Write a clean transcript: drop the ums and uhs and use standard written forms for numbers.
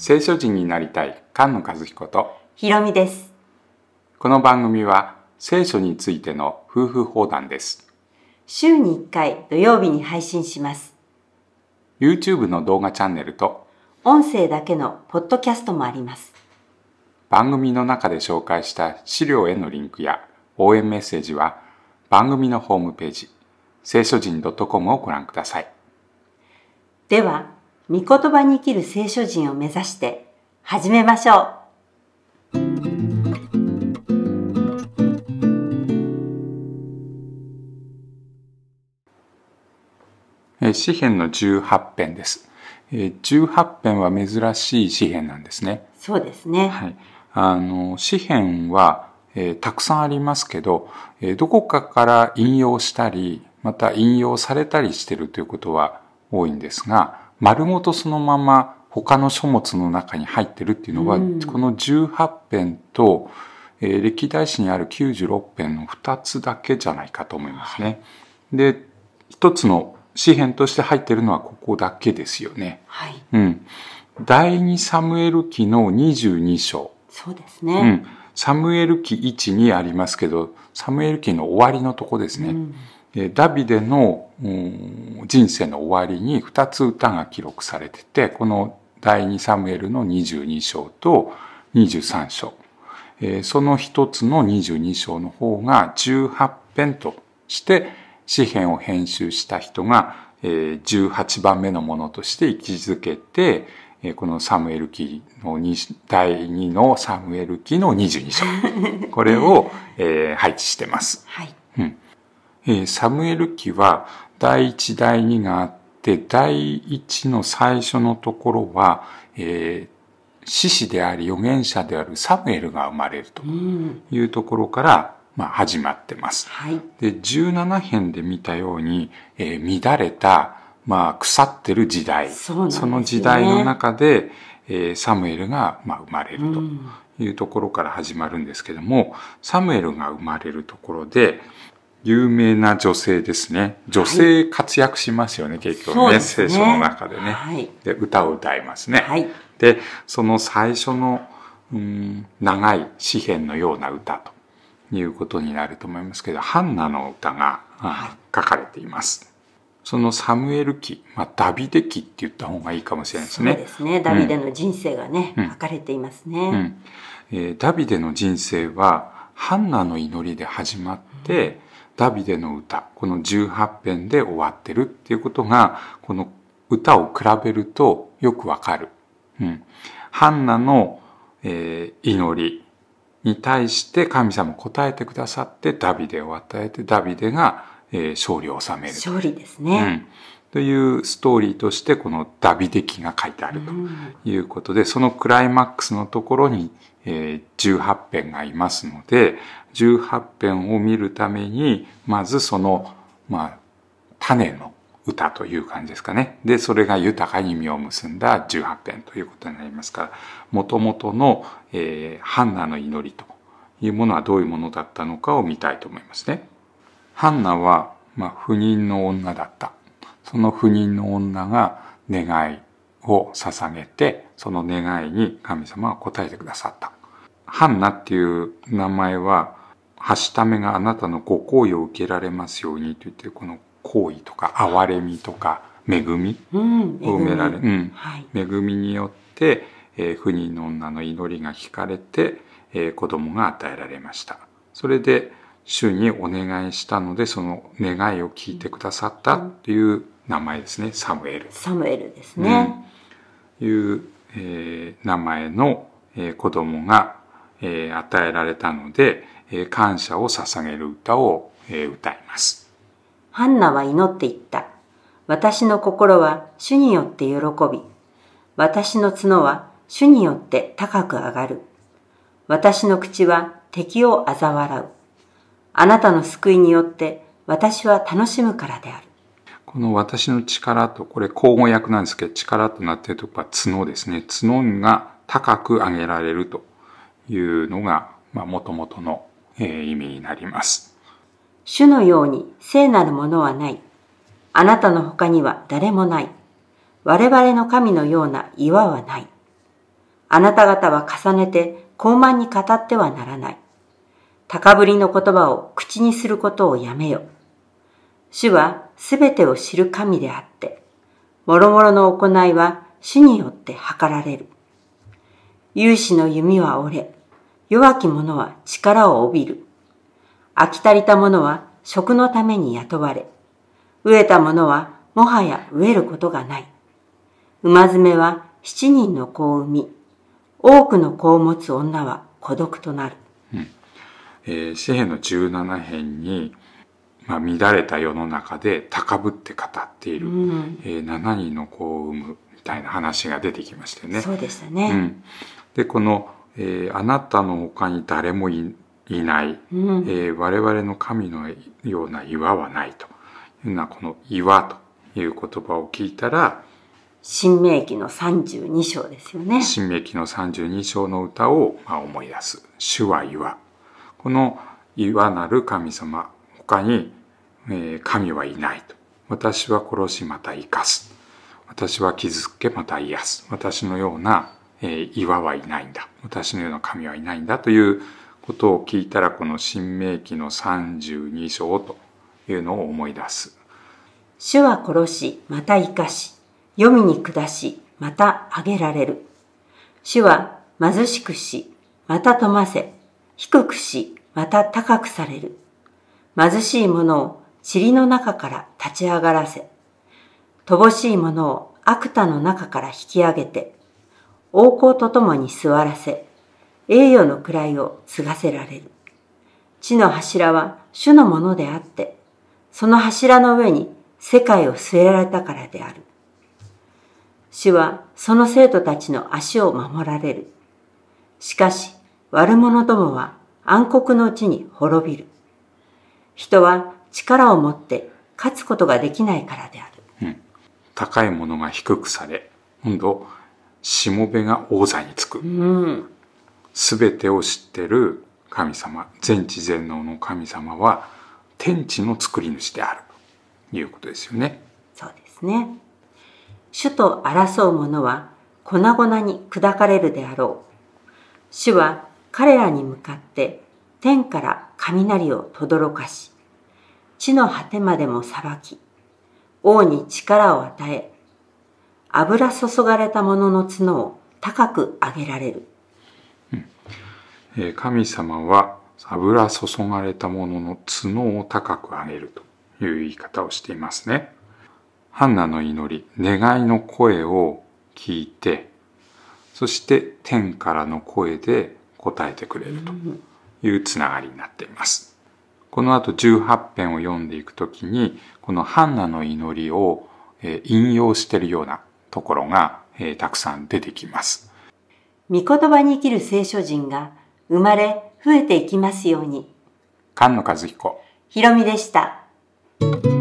聖書人になりたい菅野和彦とひろみです。 この番組は聖書についての夫婦放談です。 週に1回土曜日に配信します。 YouTube の動画チャンネルと音声だけのポッドキャストもあります。 番組の中で紹介した資料へのリンクや応援メッセージは番組のホームページ聖書人 .com をご覧ください。 では御言葉に生きる聖書人を目指して始めましょう。詩編の18編です。18編は珍しい詩編なんですね。 そうですね。 はい。詩編は、たくさんありますけど、どこかから引用したり、また引用されたりしているということは多いんですが、丸ごとそのまま他の書物の中に入ってるっていうのは、この18編と、歴代史にある96編の2つだけじゃないかと思いますね。で、一つの詩編として入ってるのはここだけですよね。 はい。 第2サムエル記の22章。 そうですね。 サムエル記1にありますけど、サムエル記の終わりのとこですね。ダビデの人生の終わりに2つ歌が記録されてて、この第2サムエルの22章と23章。その一つの22章の方が18編として詩編を編集した人が18番目のものとして位置づけて、このサムエル記の第2のサムエル記の22章。これを配置してます。 はい。 サムエル記は第1、第2があって、第1の最初のところは、士師であり預言者であるサムエルが生まれるというところから、始まってます。 はい。 で、17編で見たように、乱れた、腐ってる時代、 そうなんですね。 その時代の中で、サムエルが生まれるというところから始まるんですけども、サムエルが生まれるところで、有名な女性ですね。女性活躍しますよね、結局ね、聖書の中でね。 はい。 で、歌を歌いますね。 はい。 で、その最初の、長い詩編のような歌ということになると思いますけど、ハンナの歌が、書かれています。そのサムエル記、ダビデ記って言った方がいいかもしれないですね。 そうですね。ダビデの人生がね、書かれていますね。 ダビデの人生は、ハンナの祈りで始まって、ダビデの歌、この18編で終わってるっていうことが、この歌を比べるとよくわかる。ハンナの、祈りに対して神様答えてくださって、ダビデを与えて、ダビデが、勝利を収める。 勝利ですね。 というストーリーとして、このダビデ記が書いてあるということで、そのクライマックスのところに、18編がいますので、18編を見るために、まずその、種の歌という感じですかね。で、それが豊かに実を結んだ18編ということになりますから、元々の、ハンナの祈りというものはどういうものだったのかを見たいと思いますね。ハンナは、不妊の女だった。その不妊の女が願いを捧げて、その願いに神様は答えてくださった。ハンナっていう名前は、はしためがあなたのご好意を受けられますようにと言って、この好意とか憐れみとか恵みを埋められ、恵みによって、不妊の女の祈りが聞かれて、子供が与えられました。それで主にお願いしたので、その願いを聞いてくださったという名前ですね。サムエル。 サムエルですね。 いう、名前の、子供が、与えられたので、感謝を捧げる歌を、歌います。 ハンナは祈っていった。私の心は主によって喜び、私の角は主によって高く上がる。私の口は敵を嘲笑う。あなたの救いによって私は楽しむからである。 この私の力と、これ口語訳なんですけど、力となっているところは角ですね。角が高く上げられるというのが、元々の意味になります。 主のように聖なるものはない。あなたの他には誰もない。我々の神のような岩はない。 あなた方は重ねて高慢に語ってはならない。高ぶりの言葉を口にすることをやめよ。主はすべてを知る神であって、もろもろの行いは主によって計られる。勇士の弓は折れ、弱き者は力を帯びる。飽き足りた者は食のために雇われ、飢えた者はもはや飢えることがない。馬詰めは7人の子を産み、多くの子を持つ女は孤独となる。 詩編の17編に、乱れた世の中で高ぶって語っている、7人の子を産むみたいな話が出てきましたよね。 そうでしたね。 でこの、あなたの他に誰もいない、我々の神のような岩はないというのは、この岩という言葉を聞いたら、 新明記の32章ですよね。 新明記の32章の歌を思い出す。主は岩。この岩なる神様、他に、神はいないと。私は殺しまた生かす。私は傷つけまた癒す。私のような、岩はいないんだ。私のような神はいないんだということを聞いたら、この新明記の32章というのを思い出す。 主は殺しまた生かし、黄泉に下しまた上げられる。主は貧しくしまた富ませ、低くしまた高くされる。貧しい者を塵の中から立ち上がらせ、乏しい者を悪田の中から引き上げて、王侯と共に座らせ、栄誉の位を継がせられる。地の柱は主のものであって、その柱の上に世界を据えられたからである。主はその生徒たちの足を守られる。しかし悪者どもは暗黒のうちに滅びる。人は力を持って勝つことができないからである。 高いものが低くされ、今度しもべが王座につく。すべてを知っている神様、全知全能の神様は天地の作り主であるということですよね。 そうですね。主と争う者は粉々に砕かれるであろう。主は彼らに向かって天から雷を轟かし、地の果てまでも裁き、王に力を与え、油注がれた者の角を高く上げられる。 神様は油注がれた者の角を高く上げるという言い方をしていますね。ハンナの祈り、願いの声を聞いて、そして天からの声で答えてくれるというつながりになっています。この後18編を読んでいくときに、このハンナの祈りを引用しているようなところがたくさん出てきます。 御言葉に生きる聖書人が生まれ増えていきますように。 菅野和彦、 ひろみでした。